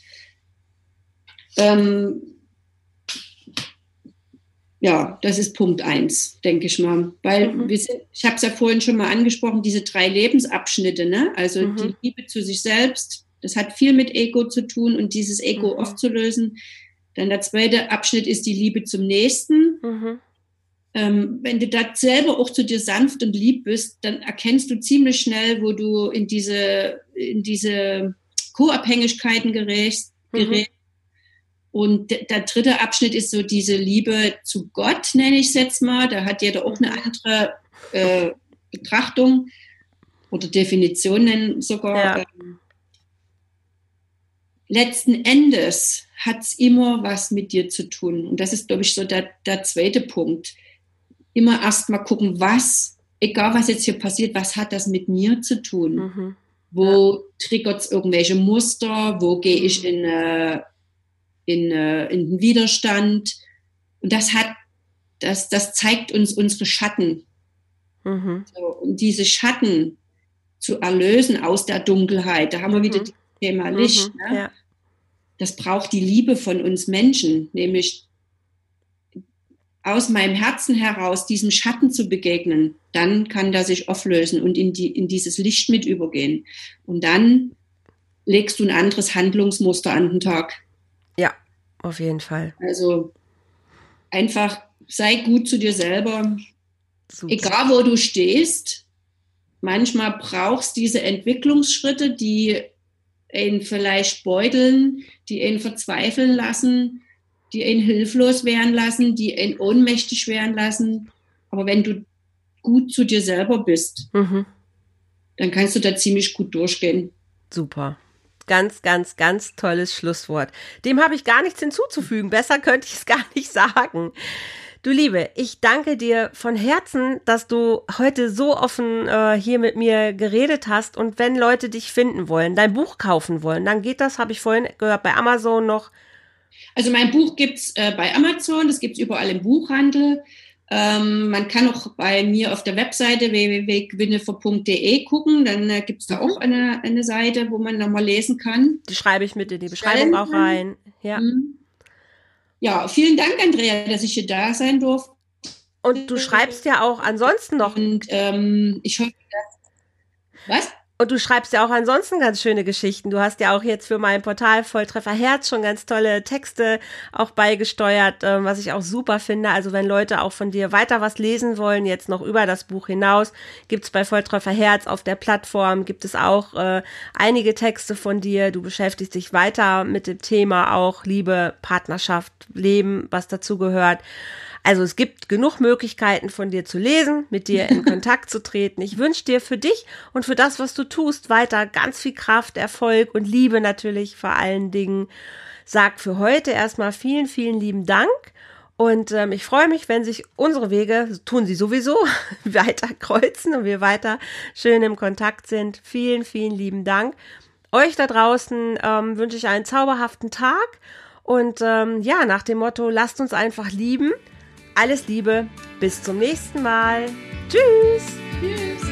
Ja, das ist Punkt 1, denke ich mal. Weil ich habe es ja vorhin schon mal angesprochen, diese 3 Lebensabschnitte, ne? Also die Liebe zu sich selbst, das hat viel mit Ego zu tun und dieses Ego aufzulösen. Dann der zweite Abschnitt ist die Liebe zum Nächsten. Wenn du da selber auch zu dir sanft und lieb bist, dann erkennst du ziemlich schnell, wo du in diese Co-Abhängigkeiten gerätst. Und der dritte Abschnitt ist so diese Liebe zu Gott, nenne ich es jetzt mal. Da hat jeder auch eine andere Betrachtung oder Definition nennen sogar. Ja. Letzten Endes hat es immer was mit dir zu tun. Und das ist, glaube ich, so der zweite Punkt. Immer erst mal gucken, egal was jetzt hier passiert, was hat das mit mir zu tun? Wo triggert es irgendwelche Muster? Wo gehe ich in den Widerstand? Und das zeigt uns unsere Schatten. So, um diese Schatten zu erlösen aus der Dunkelheit. Da haben wir wieder das Thema Licht. Ne? Ja. Das braucht die Liebe von uns Menschen, nämlich aus meinem Herzen heraus diesem Schatten zu begegnen. Dann kann der sich auflösen und in dieses Licht mit übergehen. Und dann legst du ein anderes Handlungsmuster an den Tag. Ja, auf jeden Fall. Also einfach sei gut zu dir selber. Super. Egal, wo du stehst. Manchmal brauchst du diese Entwicklungsschritte, die ihn vielleicht beuteln, die ihn verzweifeln lassen, die ihn hilflos werden lassen, die ihn ohnmächtig werden lassen. Aber wenn du gut zu dir selber bist, dann kannst du da ziemlich gut durchgehen. Super. Ganz, ganz, ganz tolles Schlusswort. Dem habe ich gar nichts hinzuzufügen. Besser könnte ich es gar nicht sagen. Du Liebe, ich danke dir von Herzen, dass du heute so offen hier mit mir geredet hast. Und wenn Leute dich finden wollen, dein Buch kaufen wollen, dann geht das, habe ich vorhin gehört, bei Amazon noch. Also mein Buch gibt's bei Amazon, das gibt's überall im Buchhandel. Man kann auch bei mir auf der Webseite www.gwinnefer.de gucken, dann gibt's da auch eine Seite, wo man nochmal lesen kann. Die schreibe ich mit in die Beschreibung auch rein. Ja. Ja, vielen Dank, Andrea, dass ich hier da sein durfte. Und du schreibst ja auch ansonsten noch. Und ich hoffe, dass... Was? Und du schreibst ja auch ansonsten ganz schöne Geschichten. Du hast ja auch jetzt für mein Portal Volltreffer Herz schon ganz tolle Texte auch beigesteuert, was ich auch super finde. Also wenn Leute auch von dir weiter was lesen wollen, jetzt noch über das Buch hinaus, gibt's bei Volltreffer Herz auf der Plattform, gibt es auch einige Texte von dir. Du beschäftigst dich weiter mit dem Thema auch Liebe, Partnerschaft, Leben, was dazu gehört. Also es gibt genug Möglichkeiten von dir zu lesen, mit dir in Kontakt zu treten. Ich wünsche dir für dich und für das, was du tust, weiter ganz viel Kraft, Erfolg und Liebe natürlich vor allen Dingen. Sag für heute erstmal vielen, vielen lieben Dank. Und ich freue mich, wenn sich unsere Wege, tun sie sowieso, weiter kreuzen und wir weiter schön im Kontakt sind. Vielen, vielen lieben Dank. Euch da draußen wünsche ich einen zauberhaften Tag. Und ja, nach dem Motto, lasst uns einfach lieben. Alles Liebe, bis zum nächsten Mal. Tschüss. Tschüss.